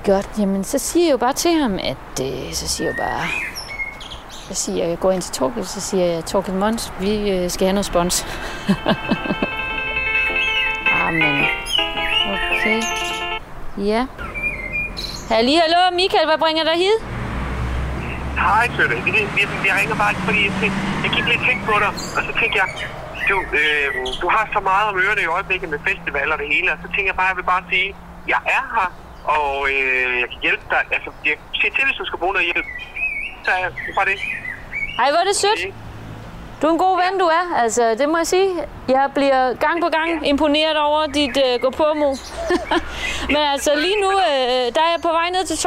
Godt, jamen så siger jeg jo bare til ham, at jeg går ind til Torkild, så siger jeg, Torkild Mons, vi skal have noget spons. Amen. Okay. Ja. Hallo, Michael, hvad bringer dig hid? Hej, Sølle. Jeg ringer bare, fordi jeg gik lidt tænkt på dig, og så tænkte jeg, du har så meget om ørerne i øjeblikket med festivaler og det hele, og så tænkte jeg bare, jeg vil bare sige, jeg er her, og jeg kan hjælpe dig. Altså, jeg siger til, hvis du skal bruge noget hjælp. Så er det bare det. Ej, hvor er det sødt. Du er en god ven, du er. Altså, det må jeg sige. Jeg bliver gang på gang imponeret over dit gå-på-mo. Men altså, lige nu, der er jeg på vej ned til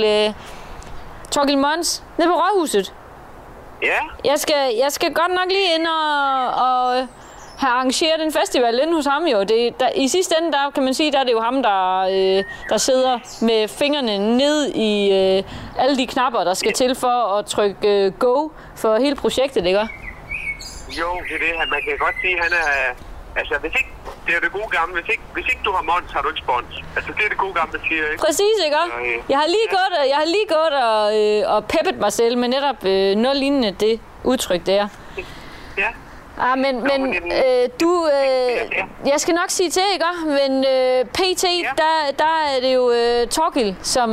Torkild Mons, nede på Rådhuset. Ja? Jeg skal godt nok lige ind og have arrangeret en festival inde hos ham jo. I sidste ende, der kan man sige, der er det jo ham, der sidder med fingrene ned i alle de knapper, der skal til for at trykke go for hele projektet, ikke? Jo, det er det. Man kan godt sige, at han er... Altså, hvis ikke... Det er det gode gamle. Hvis ikke du har Mons, har du ikke spons. Altså, det er det gode gamle, siger, ikke? Præcis, ikke? Jeg har lige gået og peppet mig selv med netop noget lignende det udtryk der. Ja. Men jeg skal nok sige til, ikke? Men PT, der er det jo Torkild,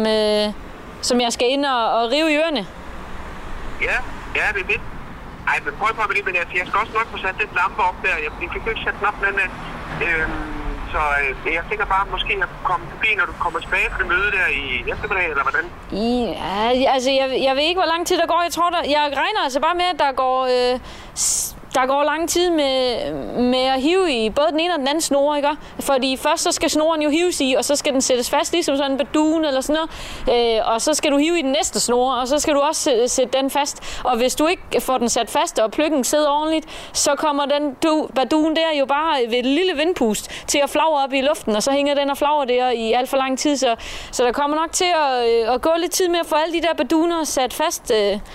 som jeg skal ind og rive i ørerne. Ja, det er det. Ej, men prøv med det, men jeg skal også nok få sat den lampe op der. Jeg fik ikke sat den op, men så jeg tænker bare, måske at komme forbi, når du kommer tilbage fra det møde der i eftermiddag, eller hvordan? Ja, altså jeg ved ikke, hvor lang tid der går. Jeg regner altså bare med, at der går lang tid med at hive i både den ene og den anden snore, ikke? Fordi først så skal snoren jo hives i, og så skal den sættes fast, ligesom sådan en badun eller sådan noget. Og så skal du hive i den næste snore, og så skal du også sætte den fast. Og hvis du ikke får den sat fast, og pløkken sidder ordentligt, så kommer den badun der jo bare ved et lille vindpust til at flagre op i luften, og så hænger den og flagrer der i alt for lang tid. Så der kommer nok til at gå lidt tid med at få alle de der baduner sat fast.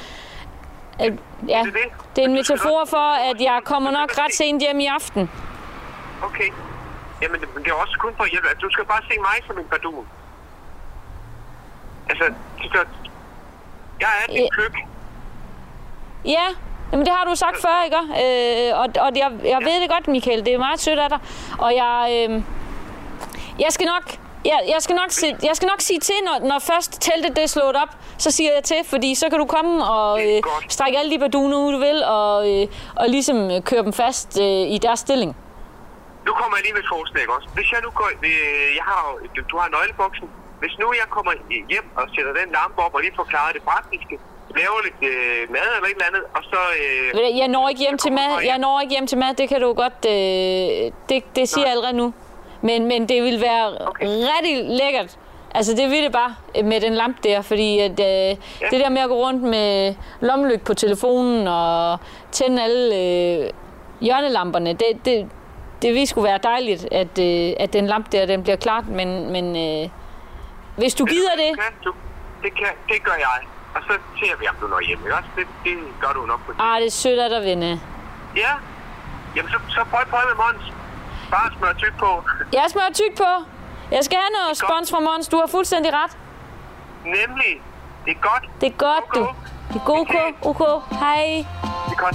Ja, det er en metafor for, at jeg kommer nok ret sent hjem i aften. Okay. Jamen, det er også kun for hjælp. Du skal bare se mig som en badun. Altså, jeg er din pløk. Ja, jamen det har du sagt før, ikke? Og jeg ved det godt, Michael. Det er meget sødt af dig. Og jeg skal nok sige til, når først teltet det er slået op, så siger jeg til, fordi så kan du komme og strække alle de baduner ud, du vil, og ligesom køre dem fast i deres stilling. Nu kommer jeg lige med et forslag også. Hvis jeg nu går, du har nøgleboksen. Hvis nu jeg kommer hjem og sætter den lampe op og lige forklarer det praktiske, laver lidt mad eller et eller andet, og så... Jeg når ikke hjem til mad. Det kan du godt... Det siger jeg allerede nu. Men det vil være rigtig lækkert. Altså det vil det bare med den lampe der, fordi at, det der med at gå rundt med lommelygt på telefonen og tænde alle hjørnelamperne, det vil sgu være dejligt, at den lampe der, den bliver klart, men hvis du gider det... Det gør jeg, og så ser vi, om du når hjem, ikke også? Det gør du nok på det. Det er sødt af dig, venne. Ja, jamen så prøv med Mons. Bare smør tyk på. Jeg smører tyk på. Jeg skal have noget spons fra Mons. Du har fuldstændig ret. Nemlig. Det er godt. Det er godt, du. Det er god, OK. Hej. Det er godt.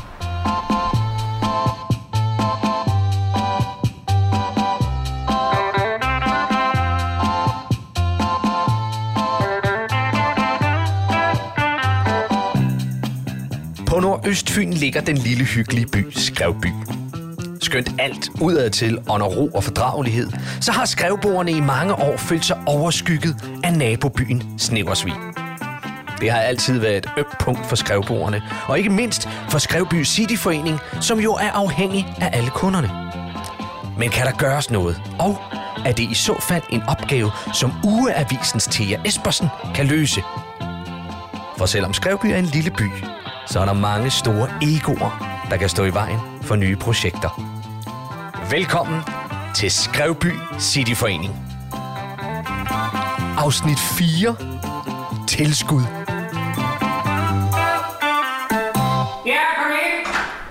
På Nordøstfyn ligger den lille hyggelige by Skrevby. Skønt alt udadtil under ro og fordragelighed, så har skrevboerne i mange år følt sig overskygget af nabobyen Snæversvig. Det har altid været et ømt punkt for skrevboerne, og ikke mindst for Skrevby Cityforening, som jo er afhængig af alle kunderne. Men kan der gøres noget? Og er det i så fald en opgave, som Ugeavisens Thea Espersen kan løse? For selvom Skrevby er en lille by, så er der mange store egoer, der kan stå i vejen for nye projekter. Velkommen til Skrevby Cityforening. Afsnit 4. Tilskud. Ja, kom ind.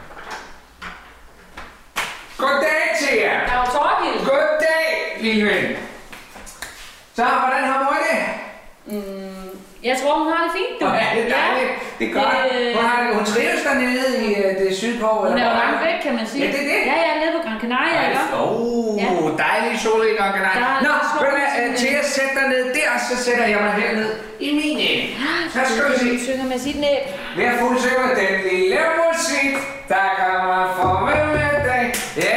Goddag til jer. Er du Torkild? Goddag, lille ven. Så, hvordan har du det? Jeg tror, hun har det fint. Ja, det er dejligt. Det er godt. Hun trives dernede i det sydpå. Hun er jo langt væk, kan man sige. Ja, det er det. Ja, jeg er nede på Gran Canaria, ikke? Dejlig sol i Gran Canaria. Nå, ved du hvad, Thea, sæt dig ned der, så sætter jeg mig herned i min næb. Så skal vi se. Du synger med sit næb. Hver fuld synger den lille musik, der kommer farvel med dig. Ja.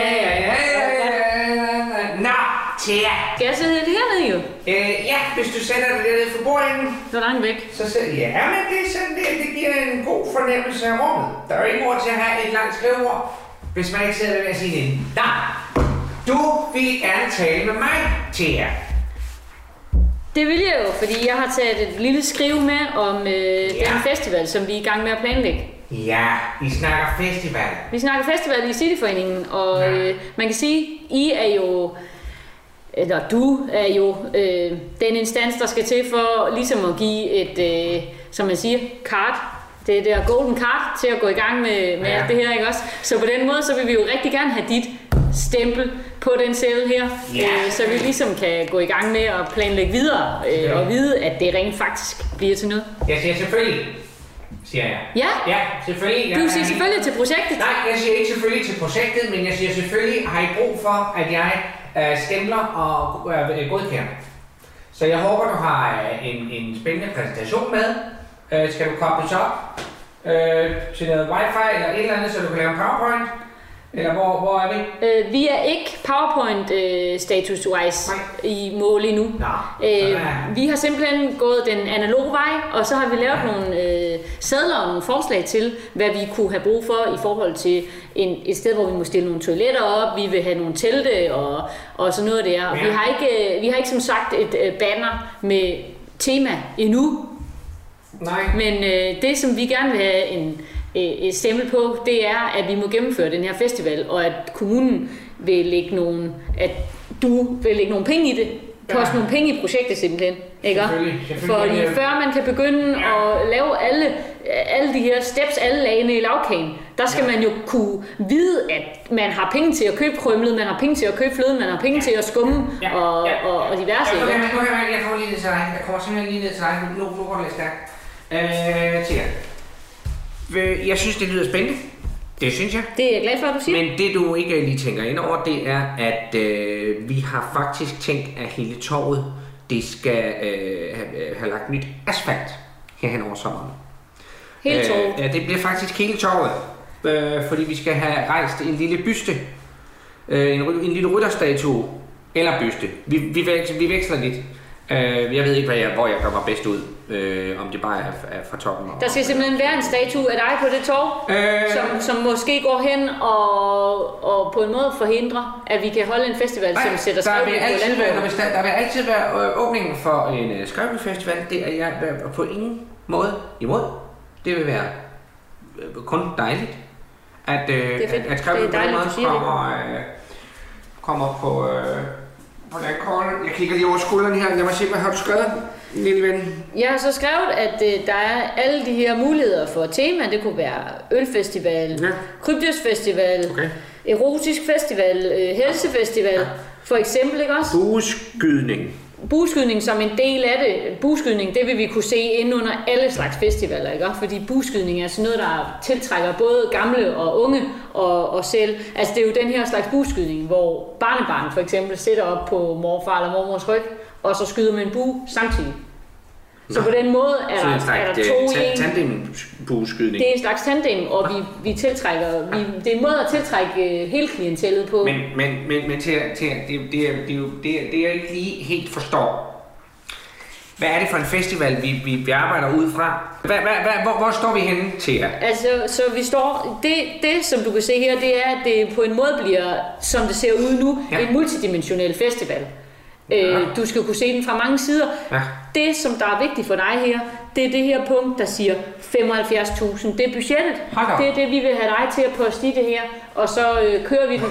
Nå, Thea. Skal jeg sidde hernede, jo? Ja, hvis du sætter dig dernede for bordenden. Så langt væk. Så ja, men det er sådan, det giver en god fornemmelse af rummet. Der er jo ikke ord til at have et langt skrivebord, hvis man ikke sidder ved at sige det. Nej, du vil gerne tale med mig, Thea. Det vil jeg jo, fordi jeg har taget et lille skrive med om den festival, som vi er i gang med at planlægge. Ja, vi snakker festival. Vi snakker festival i Cityforeningen, og man kan sige, I er jo... Eller du er jo den instans, der skal til for ligesom at give et, som man siger, card. Det der golden card til at gå i gang med alt det her, ikke også? Så på den måde, så vil vi jo rigtig gerne have dit stempel på den celle her, så vi ligesom kan gå i gang med at planlægge videre og vide, at det rent faktisk bliver til noget. Jeg siger selvfølgelig, siger jeg. Ja? Ja, selvfølgelig. Du siger selvfølgelig til projektet. Nej, jeg siger ikke selvfølgelig til projektet, men jeg siger selvfølgelig, har I brug for, at jeg stempler og godkender. Så jeg håber, du har en spændende præsentation med. Skal du kobles op til noget wifi eller et eller andet, så du kan lave en PowerPoint? Eller hvor er vi? Vi er ikke PowerPoint status-wise i mål endnu. Vi har simpelthen gået den analoge vej, og så har vi lavet nogle sadler og nogle forslag til, hvad vi kunne have brug for i forhold til et sted, hvor vi må stille nogle toiletter op. Vi vil have nogle telte og sådan noget der. Vi har ikke som sagt et banner med tema endnu. Nej. Men det, som vi gerne vil have et stempel på, det er, at vi må gennemføre den her festival, og at kommunen vil lægge nogle, at du vil lægge nogle penge i det, poste nogle penge i projektet simpelthen, ikke? Fordi før man kan begynde at lave alle de her steps, alle lagene i lavkagen, der skal man jo kunne vide, at man har penge til at købe krømlet, man har penge til at købe fløden, man har penge til at skumme og diverse. Jeg kommer lige ned til dig. Jeg kommer simpelthen lige ned til dig. Nu går det lidt stærkt. Jeg synes, det lyder spændende. Det synes jeg. Det er jeg glad for, at du siger. Men det, du ikke lige tænker ind over, det er, at vi har faktisk tænkt, at hele torvet, det skal have lagt nyt asfalt herhen over sommeren. Hele torvet? Ja, det bliver faktisk hele torvet. Fordi vi skal have rejst en lille byste. En lille rytterstatue. Eller byste. Vi veksler lidt. Jeg ved ikke, hvor jeg gør mig bedst ud, om det bare er fra toppen. Der skal simpelthen være en statue af dig på det torv, som måske går hen og på en måde forhindrer, at vi kan holde en festival, som sætter skrevby på landbrug. Der vil altid være åbningen for en skrevbyfestival. Det er jeg på ingen måde imod. Det vil være kun dejligt, at skrevby på den måde kommer på... Jeg kigger lige over skulderen her. Lad mig se, hvad har du skrevet, lille ven? Jeg har så skrevet, at der er alle de her muligheder for tema. Det kunne være ølfestival, krybdyrfestival, erotisk festival, helsefestival, for eksempel, ikke også? Bueskydning som en del af det. Bueskydning, det vil vi kunne se inde under alle slags festivaler, ikke? Fordi bueskydning er sådan noget, der tiltrækker både gamle og unge og selv. Altså det er jo den her slags bueskydning, hvor barnebarn for eksempel sætter op på morfar eller mormors ryg, og så skyder med en bue samtidig. Så på den måde er der to i en. Tandem-bueskydning. Det er en slags tandem, og vi tiltrækker, det er en måde at tiltrække hele klientellet på. Men det jeg ikke lige helt forstår. Hvad er det for en festival, vi arbejder ud fra? Hvor står vi henne, Thea? Altså, så vi står... Det, som du kan se her, det er, at det på en måde bliver, som det ser ud nu, en multidimensionel festival. Du skal kunne se den fra mange sider. Det, som der er vigtigt for dig her, det er det her punkt, der siger 75.000. Det er budgettet. Det er det, vi vil have dig til at poste i det her. Og så kører vi den.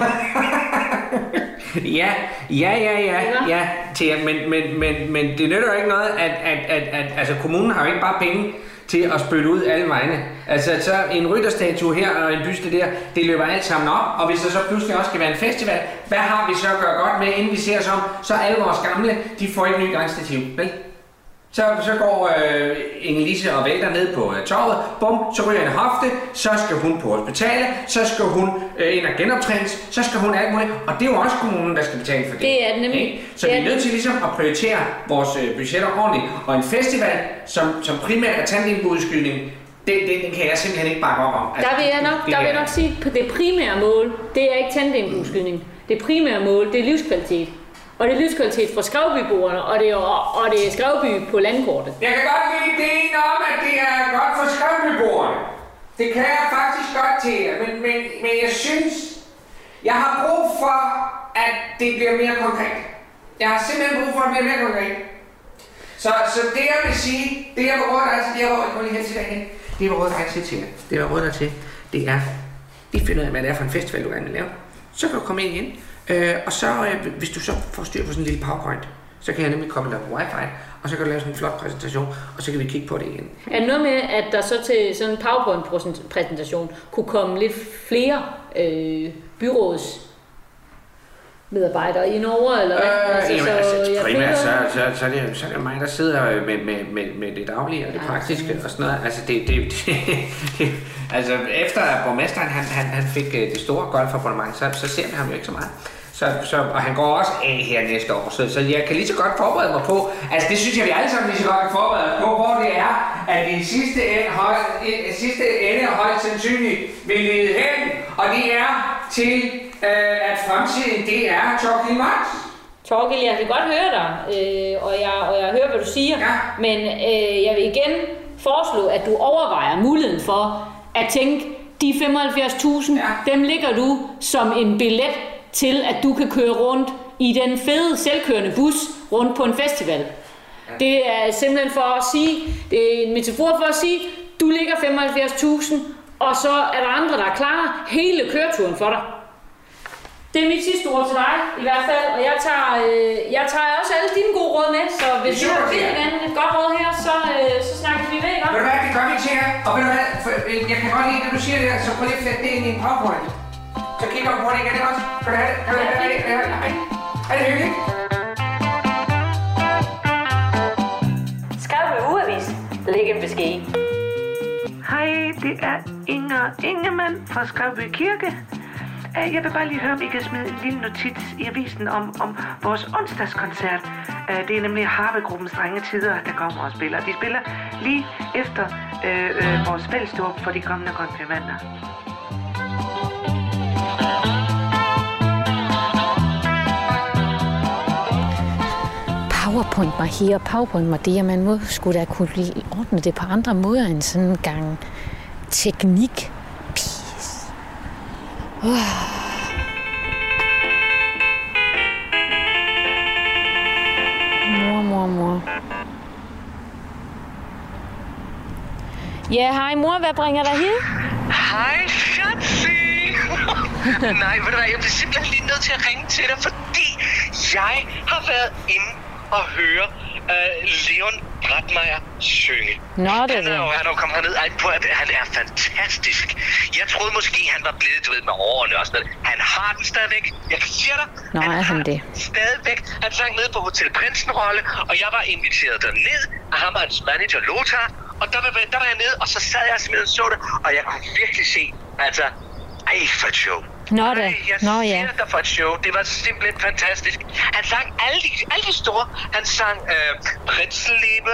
Ja, Thea, men det nytter jo ikke noget, at altså, kommunen har jo ikke bare penge til at spytte ud alle vegne. Altså så en rytterstatue her og en byste der, det løber alt sammen op, og hvis der så pludselig også skal være en festival, hvad har vi så at gøre godt med, inden vi ser os om, så alle vores gamle, de får ikke ny gangstativ, vel? Så går Inge-Lise og vælter ned på torvet. Bum, så ryger en hofte. Så skal hun på hospitalet. Så skal hun ind og genoptrænes. Så skal hun alt muligt. Og det er jo også kommunen, der skal betale for det. Det er det nemlig. Så vi er nødt til ligesom at prioritere vores budgetter ordentligt. Og en festival, som primært er tandemudskydning, det kan jeg simpelthen ikke bakke op om. Altså, der vil jeg nok sige, at det primære mål, det er ikke tandemudskydning. Det primære mål, det er livskvalitet. Og det er livskvalitet for Skrevby-boerne, og det er Skrevby på landkortet. Jeg kan godt lide ideen om, at det er godt for Skrevby-boerne. Det kan jeg faktisk godt til jer, men jeg synes, jeg har brug for, at det bliver mere konkret. Jeg har simpelthen brug for, at det bliver mere konkret. Så det jeg vil sige, det jeg vil råde dig til, det jeg vil råde dig til, det er, vi finder ud af, hvad det er for en festival, du gerne vil lave. Så kan du komme ind igen. Og så, hvis du så får styr på sådan en lille PowerPoint, så kan jeg nemlig koble dig på wifi, og så kan du lave sådan en flot præsentation, og så kan vi kigge på det igen. Er det noget med, at der så til sådan en PowerPoint-præsentation kunne komme lidt flere byrådsmedarbejdere indover, eller hvad? Primært så er det mig, der sidder med det daglige og det praktiske og sådan noget. Altså, altså efter at borgmesteren han fik det store golfabonnement, så ser vi ham jo ikke så meget. Og han går også af her næste år, så jeg kan lige så godt forberede mig på, altså det synes jeg, vi alle sammen lige så godt kan forberede os på, hvor det er, at vi i sidste ende højst sandsynligt vil lede hen, og det er til, at fremtiden, det er Thorkild Mons. Thorkild, jeg kan godt høre dig, og jeg hører, hvad du siger, ja. Men jeg vil igen foreslå, at du overvejer muligheden for at tænke, de 75.000, ja. Dem ligger du som en billet til, at du kan køre rundt i den fede, selvkørende bus rundt på en festival. Ja. Det er simpelthen for at sige, det er en metafor for at sige, du ligger 75.000, og så er der andre, der er klar hele køreturen for dig. Det er mit sidste ord til dig, i hvert fald, og jeg tager også alle dine gode råd med, så hvis du har et godt råd her, så snakker vi ved, ikke? Ved du hvad, det gør vi til jer, og ved du hvad, jeg kan godt lide, at du siger det, så prøv lige at sætte det ind i en PowerPoint. Så kigger vi på det igen, ikke også? Kan du have det? Er det hyggeligt? Skrevby Ugeavis. Læg en besked. Hej, det er Inger Ingemann fra Skrevby Kirke. Jeg vil bare lige høre, om I kan smide en lille notits i avisen om vores onsdagskoncert. Det er nemlig Harpe-gruppens Drenge Tider, der kommer og spiller. De spiller lige efter vores fællesdåb for de kommende konfirmander. PowerPoint mig her, PowerPoint mig der. Man må sgu da kunne ordne det på andre måder end sådan en gang teknik. Peace. Mor. Ja, hej mor, hvad bringer dig her? Hej, Schatzi! Nej, ved du hvad, jeg bliver simpelthen lige nødt til at ringe til dig, fordi jeg har været inde og høre Leon Bratmeier synge. Nå, det er det. Han er jo kommet herned. Han er fantastisk. Jeg troede måske, han var blevet, du ved, med årene og sådan noget. Han har den stadigvæk. Jeg kan sige dig. Nå, han har det. Stadigvæk. Han sang nede på Hotel Prinsenrolle, og jeg var inviteret derned af ham og hans manager Lothar. Og der var jeg nede, og så sad jeg simpelthen og så det, og jeg kunne virkelig se, altså, for et show. Nå da. Nå ja. Jeg siger for et show. Det var simpelthen fantastisk. Han sang alle de store. Han sang Brezelliebe.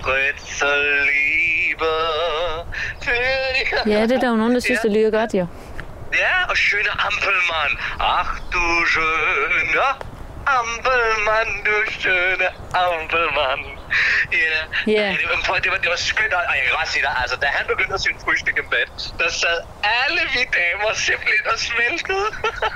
Ja, det er der jo nogen, der synes, det lyder godt, jo. Ja, og schöne Ampelmann. Ach du schöne Ampelmann, du schöne Ampelmann. Ja. Det var skønt, og jeg kan godt sige dig, altså, da han begyndte at synge Frühstück im Bett, der sad alle vi damer simpelthen og smeltede.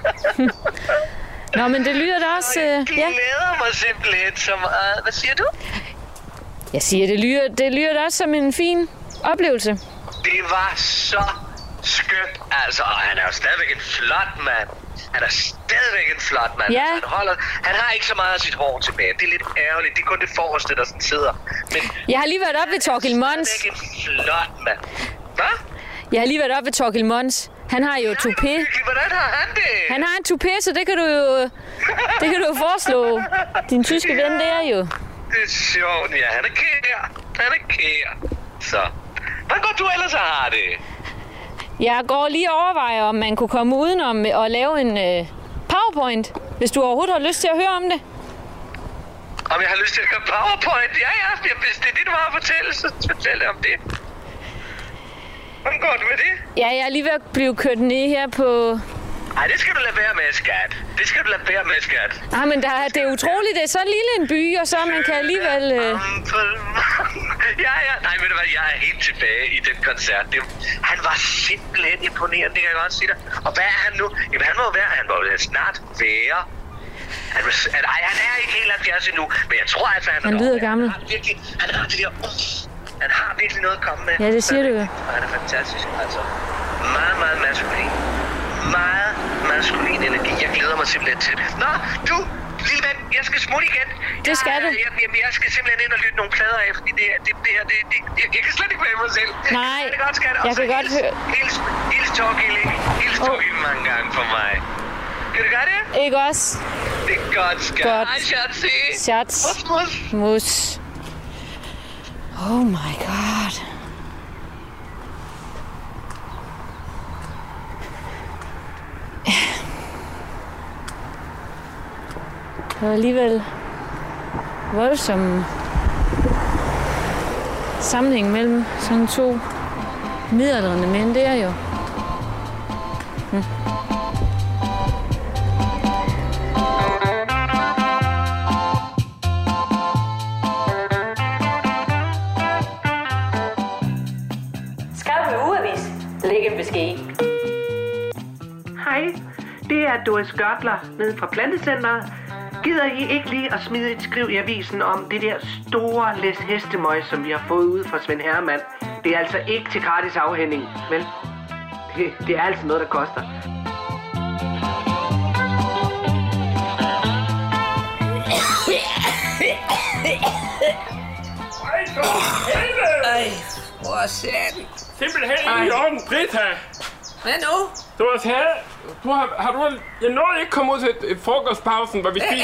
Nå, men det lyder da også... Jeg glæder mig simpelthen så meget. Hvad siger du? Jeg siger, det lyder da også som en fin oplevelse. Det var så skønt, altså, og han er jo stadigvæk en flot mand. Han er stadigvæk en flot mand. Ja. Altså, han har ikke så meget af sit hår tilbage. Det er lidt ærgerligt. Det er kun det forreste, der sådan sidder. Men jeg har lige været oppe ved Thorkild Mons. Han er stadigvæk en flot mand. Hvad? Jeg har lige været oppe ved Thorkild Mons. Han har jo toupé. Hvordan har han det? Han har en toupé, så det kan du jo foreslå. Din tyske ven der jo. Det er sjovt. Ja, han er kær. Så. Hvordan går du ellers og har det? Jeg går lige og overvejer, om man kunne komme udenom at lave en PowerPoint, hvis du overhovedet har lyst til at høre om det. Om jeg har lyst til at høre PowerPoint? Ja. Hvis det er det, du har at fortælle, så fortæl om det. Hvordan går det med det? Ja, jeg er lige ved at blive kørt ned her på... Ej, det skal du lade være med, skat. Ah, men det er utroligt. Det er så lille en by, og så man kan alligevel... Ja. Nej, ved du hvad? Jeg er helt tilbage i den koncert. Han var simpelthen imponerende, det kan jeg godt sige dig. Og hvad er han nu? Jamen, han må jo snart være... Han er ikke helt 70 endnu, men jeg tror altså, han lyder gammel. Han har det der... Han har virkelig noget at komme med. Ja, det siger du jo. Han er fantastisk, altså. Meget maskulin. Meget maskulin energi. Jeg glæder mig simpelthen til det. Nå, du, lille ven, jeg skal smutte igen. Det skal du. Jeg skal simpelthen ind og lytte nogle plader af, fordi det her, jeg kan slet ikke være mig selv. Nej, det godt, skat. jeg kan godt høre. Hils Torgild, ikke? Hils Torgild mange gange for mig. Kan du gøre det? Ikke også? Det er godt, skat. Godt. Hej, Schatzi. Schatz. Mus. Oh my god. Det var alligevel voldsom sammenhæng mellem sådan to midaldrende mænd, det er jo. Skarpe Ugeavis. Læg en besked. Hej, det er Doris Gørtler nede fra Plantecenteret. Gider I ikke lige at smide et skriv i avisen om det der store læs hestemøg, som vi har fået ud fra Svend Herremann? Det er altså ikke til gratis afhænding, vel? Det er altså noget, der koster. Ej, hvor satan. Simpelthen ikke i orden, Britta. Hvad nu? Jeg nåede ikke komme ud til frokostpausen, hvor vi spiser.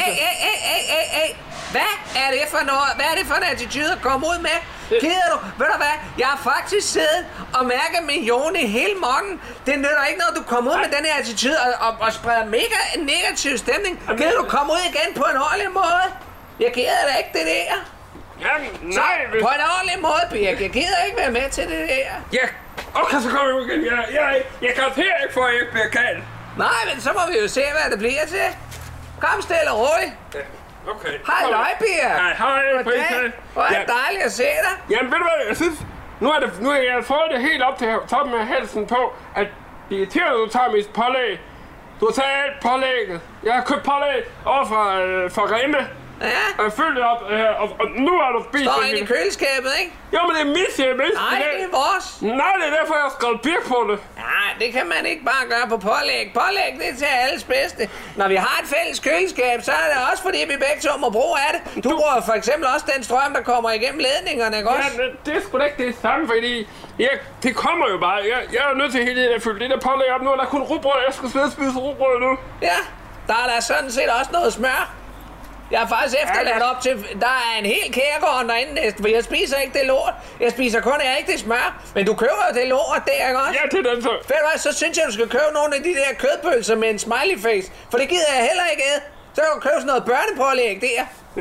Hvad er det for noget? Hvad er det for en attitude at komme ud med? Gider du? Ved du hvad? Jeg har faktisk siddet og mærket min jone hele morgen. Det nytter ikke noget, du kommer ud med den her attitude og spreder mega negativ stemning. Gider du komme ud igen på en ordentlig måde? Jeg gider da ikke det der. Jamen, nej. På en ordentlig måde, Birk. Jeg gider ikke være med til det der. Ja, okay, så kommer jeg igen. Jeg garanterer ikke for, at jeg ikke bliver kaldt. Nej, men så må vi jo se, hvad det bliver til. Kom stille og roligt. Ja, okay. Hej, Birk. Hej, Britta. Hvor er det dejligt at se dig. Jamen, ved du hvad, jeg synes... Nu har jeg fået det helt op til toppen af halsen på, at det irriterer, at du tager mit pålæg. Du har taget alt pålægget. Jeg har købt pålæg over fra Rema. Ja. Og jeg følte op, og nu har du spist... Står inde i køleskabet, ikke? Jo, men det er mit. Nej, det er vores. Nej, det er derfor, jeg har skrevet Birk på det. Nej, det kan man ikke bare gøre på pålæg. Pålæg, det er til alles bedste. Når vi har et fælles køleskab, så er det også fordi, vi begge to må bruge af det. Du bruger for eksempel også den strøm, der kommer igennem ledningerne, ikke også? Ja, det er sgu da ikke det samme, fordi... det kommer jo bare. Jeg er jo nødt til hele tiden at fylde det der pålæg op nu, og der er kun rugbrød. Jeg skal slet spise rugbrød nu. Ja, der er der sådan set også noget smør. Jeg har faktisk efterladt op til... Der er en hel kærgården derinde næsten, for jeg spiser ikke det lort. Jeg spiser kun det smør. Men du køber jo det lort der, ikke også? Ja, det er den så. Ved du hvad, så synes jeg, du skal købe nogle af de der kødpølser med en smiley face. For det gider jeg heller ikke æde. Så kan du købe sådan noget børnepålæg der.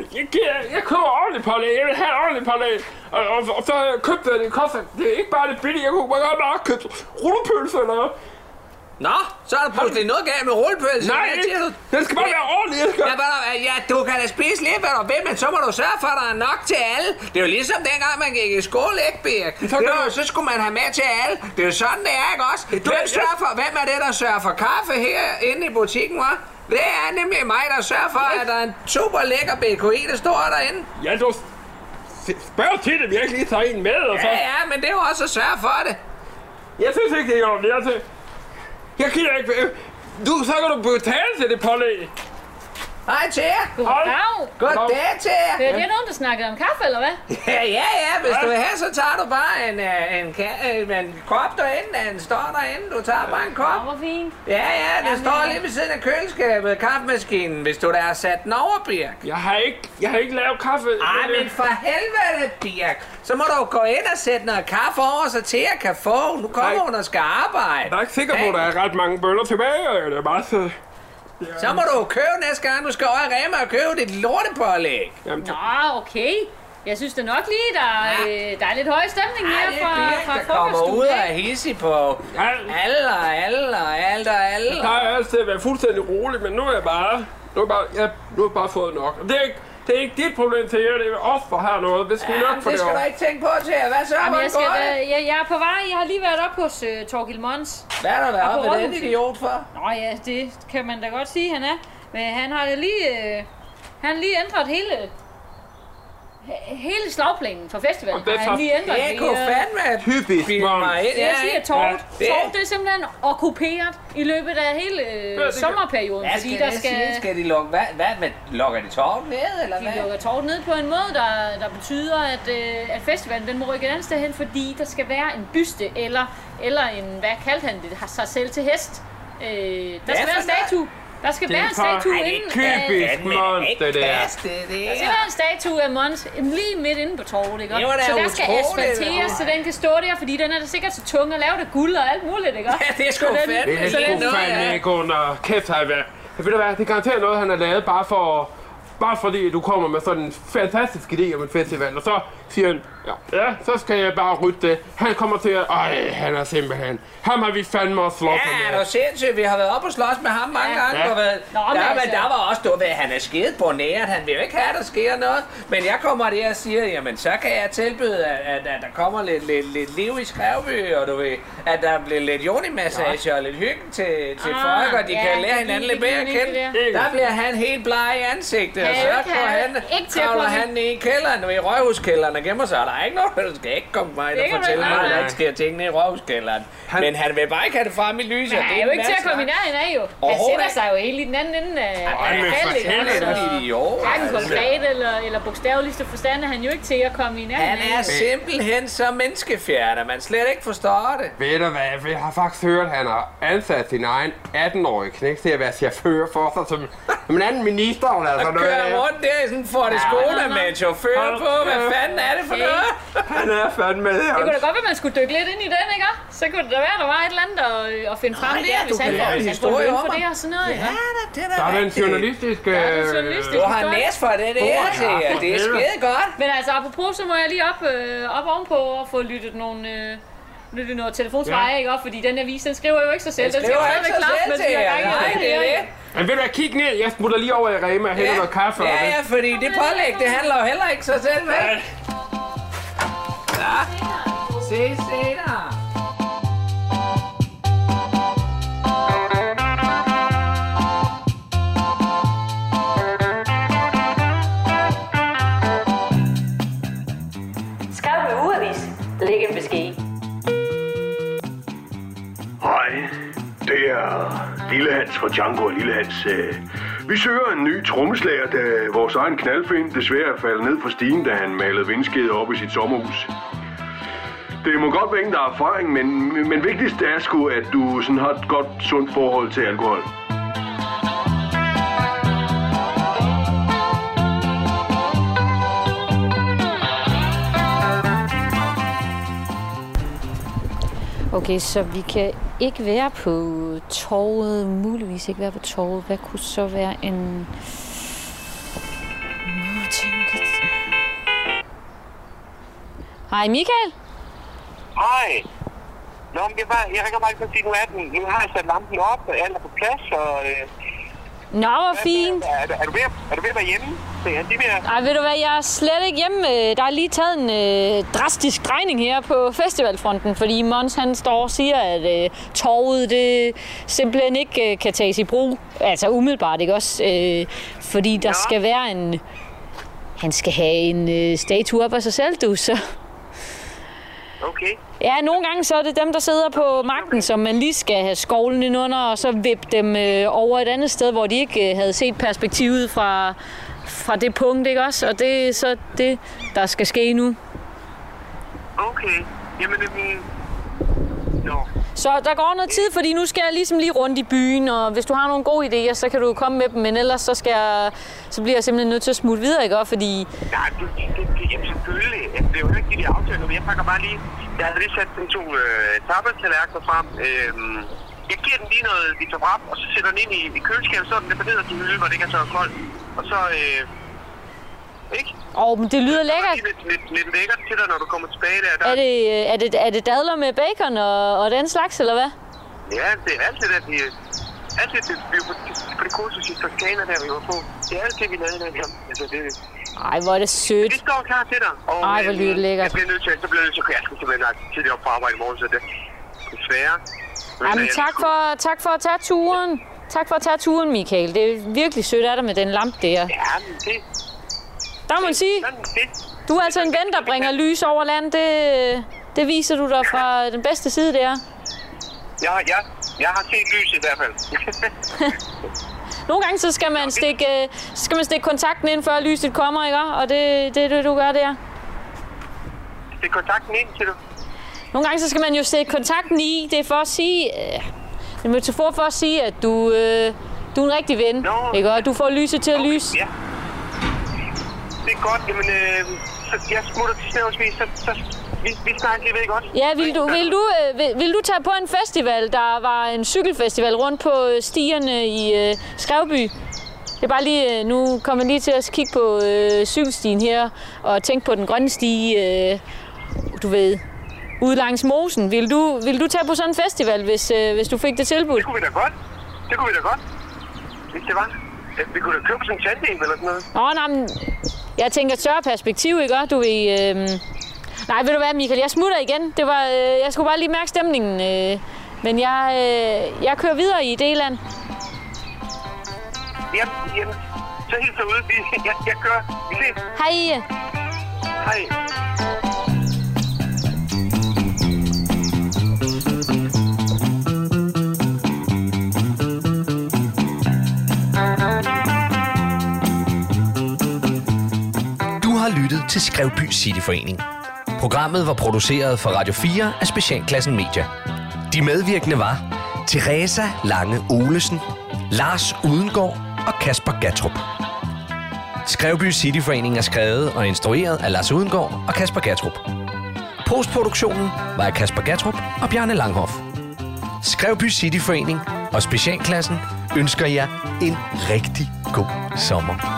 Jeg køber ordentligt pålæg. Jeg vil have ordentligt pålæg. Og så har jeg købt det. Det koster... Det er ikke bare det billige. Jeg kunne bare købe rullepølser eller noget. Nå, så er der pludselig noget galt med rullepølse. Nej, den skal bare være ordentlig. Ja, du kan da spise lidt, hvad du vil, men så må du sørge for, at der er nok til alle. Det er jo ligesom dengang, man gik i skole, ikke, Birk? Så skulle man have med til alle. Det er jo sådan, det er, ikke også? Hvem er det, der sørger for kaffe herinde i butikken, hva'? Det er nemlig mig, der sørger for, at der er en super lækker BKI, der står derinde. Ja, du spørger til det, vi ikke lige tager en med, og så... Ja, men det er jo også at sørge for det. Jeg synes ikke, det er ordentligt. Jeg gider ikke... Så kan du betale til det pålæg. Hej til jer. Goddag til jer. Det er nogen, der snakkede om kaffe, eller hvad? Ja. Hvis du vil have, så tager du bare en kop derinde. Den står derinde. Du tager bare en kop. Hvor fint. Ja, den står lige ved siden af køleskabet, kaffemaskinen, hvis du der har sat den over, Birk. Jeg har ikke lavet kaffe. Ej, men for helvede, Birk. Så må du gå ind og sætte noget kaffe over, så Thea kan få. Nu kommer hun og skal arbejde. Jeg er ikke sikker på, at der er ret mange bønner tilbage, og det er bare så... Ja. Så må du købe næste gang, du skal over i Rema og købe dit lortepålæg. Nå, okay. Jeg synes det nok lige, der er lidt høj stemning her fra frokoststuen. Der kommer ud og hisse på alle. Jeg plejer altid at være fuldstændig rolig, men nu er jeg bare fået nok. Det er ikke dit problem til jer, det er os, der har noget. Det skal vi nok for det skal du ikke tænke på til. Hvad så? Jeg er på vej. Jeg har lige været op hos Torgild Mons. Hvad har der været op med den idiot for? Nå ja, det kan man da godt sige, han er. Men han har lige ændret hele slagplanen for festivalen. Det kunne fandme typisk, jeg siger Torvet. Torvet, det er simpelthen okkuperet i løbet af hele sommerperioden. Fordi skal de lukke... Hvad lukker de Torvet ned, eller hvad? De lukker Torvet ned på en måde, der betyder, at festivalen den må rykke et andet sted hen, fordi der skal være en byste, eller en, hvad kaldte han det, har sig selv til hest. Der skal være en statue. Der skal være en statue inden af Mons, det der. Der skal være en statue af Mons lige midt inde på torvet, ikke? Så der skal asfalteres, så den kan stå der, fordi den er da sikkert så tung at lave det guld og alt muligt, ikke? Ja, det er sgu fandme. Det er sgu fandme ikke under kæft, har jeg været. Ved du hvad, det garanterer noget, han har lavet bare fordi du kommer med sådan en fantastisk idé om en festival, og så siger han, ja, så skal jeg bare rydde det. Han kommer til at, han er simpelthen, ham har vi fandme også slået på med. Ja, det var sindssygt, vi har været oppe og slås med ham mange gange. Der var også, han er skidt på næret, han vil jo ikke have, der sker noget. Men jeg kommer der og siger, jamen så kan jeg tilbyde, at der kommer lidt liv i Skrevby, og du ved, at der bliver lidt jonimassage og lidt hygge til folk, og de kan lære hinanden lidt mere at kende. Der bliver han helt bleg i ansigtet, og så kravler han ned i kælderen, i Røghuskælderen og gemmer sig. Der er ikke noget, der skal ikke komme mig og fortælle mig, at der ikke sker ting nede i Røghuskælderen. Men han vil bare ikke have det frem i lyset. Han er jo ikke til at komme i nærheden af, jo. Han sætter sig jo helt i den anden ende af halvdelen. Hverken konkret eller bogstaveligste forstand er han jo ikke til at komme i nærheden af. Han er simpelthen så menneskefjern, at man slet ikke forstår det. Ved du hvad, jeg har faktisk hørt, at han har ansat sin egen 18-årige knægt til at være chauffør for sig som en anden minister. Altså, og kører rundt der i sådan en Ford Skoda med en chauffør på. Hvad fanden er det for noget? Han er fandme med. Det kunne da godt være, man skulle dykke lidt ind i den, ikke? Så kunne det da være, der var et eller andet at finde frem der, hvis han får løn for det og sådan noget. Ja, det er da der er en journalistisk... Du har næs for det der, siger. Det er skide godt. Men altså, apropos, så må jeg lige op ovenpå og få lyttet noget telefonsvar af, ikke? Fordi den avis, den skriver jo ikke sig selv. Den skriver ikke sig selv til jer. Nej, det er det. Men ved du hvad, kig ned. Jeg smutter lige over i Rema og hælder noget kaffe. Ja, fordi det pålæg, det handler jo heller ikke sig selv, vel? Ja. Se senere. Skrevby Ugeavis. Læg en besked. Hej, det er Lille Hans fra Django og Lille Hans. Vi søger en ny trommeslager, da vores egen knaldfind desværre faldt ned fra stigen, da han malede vindskeder op i sit sommerhus. Det må godt være ingen, der har erfaring, men vigtigst er sgu, at du sådan har et godt, sundt forhold til alkohol. Okay, så vi kan ikke være på torvet, muligvis ikke være på torvet. Hvad kunne så være en... Hej Michael. Hej. Nå, men jeg ringer bare ikke for at sige, nu har jeg sat lampen op, og alt er på plads, og... Nå, hvor fint. Er du ved at være hjemme? Ej, ved du hvad, jeg er slet ikke hjemme. Der er lige taget en drastisk drejning her på festivalfronten, fordi Mons han står og siger, at torvet det simpelthen ikke kan tages i brug. Altså umiddelbart, ikke også? Fordi der skal være en... Han skal have en statue op af sig selv, du, så... Okay. Ja, nogle gange så er det dem, der sidder på magten, som man lige skal have skovlen ind under, og så vippe dem over et andet sted, hvor de ikke havde set perspektivet fra det punkt, ikke også? Og det er så det, der skal ske nu. Okay. Jamen, Så der går noget tid, fordi nu skal jeg ligesom lige rundt i byen, og hvis du har nogle gode idéer, så kan du komme med dem, men ellers så bliver jeg simpelthen nødt til at smutte videre, ikke? Fordi... Nej, jamen selvfølgelig. Det er jo ikke de aftaler nu. Jeg pakker bare lige... Jeg har lige sat den 2 tapas-tallerkener frem. Jeg giver den lige noget vitofrap, og så sætter den ind i køleskabet, så den er ned til hylde, hvor det ikke er så koldt. Og så... ikke? Men det lyder lækkert. Lidt lækkert til dig, når du kommer tilbage der. Er det dadler med bacon og den slags, eller hvad? Ja, det er altid det, vi var på det kursus i Toskana, der vi var på. Det er altid, vi lavede der. Altså, det... Ej, hvor er det sødt. Det står klar til dig. Og, ej, hvor lyder det lækkert. Jeg bliver nødt til, jeg skal simpelthen tidligt op på arbejde i morgen, så det er svære. Jamen, tak for at tage turen. Tak for at tage turen, Michael. Det er virkelig sødt af dig med den lampe der. Ja, men det... Der må man sige, du er altså en ven, der bringer lys over land. Det viser du dig fra den bedste side, der. Jeg har set lys i hvert fald. Nogle gange så skal man stikke kontakten ind, før lyset kommer, ikke? Og det er det, du gør der. Stikke kontakten ind, siger du? Nogle gange så skal man jo stikke kontakten i. Det er for at sige... det er metafor for at sige, at du er en rigtig ven, ikke? Og du får lyset til at lyse. Ja. Det er godt, jamen, så jeg smutter til Snæversvis, så vi snakker lige ved godt. Ja, vil du tage på en festival? Der var en cykelfestival rundt på stierne i Skrevby. Det er bare lige, nu kommer jeg lige til at kigge på cykelstien her, og tænke på den grønne stige, du ved, ude langs mosen. Vil du tage på sådan en festival, hvis du fik det tilbudt? Det kunne vi da godt. Hvis det var. Vi kunne da købe sådan en tandem eller sådan noget. Nej, men jeg tænker et større perspektiv, ikke? Du ved... Nej, ved du hvad, Michael? Jeg smutter igen. Det var, jeg skulle bare lige mærke stemningen. Men jeg kører videre i Idéland. Jamen, så helt så ude. Jeg kører. Vi ses. Hej. Hej. Lyttet til Skrevby Cityforening. Programmet var produceret for Radio 4 af Specialklassen Media. De medvirkende var Teresa Lange Olesen, Lars Udengård og Kasper Gattrup. Skrevby Cityforening er skrevet og instrueret af Lars Udengård og Kasper Gattrup. Postproduktionen var af Kasper Gattrup og Bjarne Langhoff. Skrevby Cityforening og Specialklassen ønsker jer en rigtig god sommer.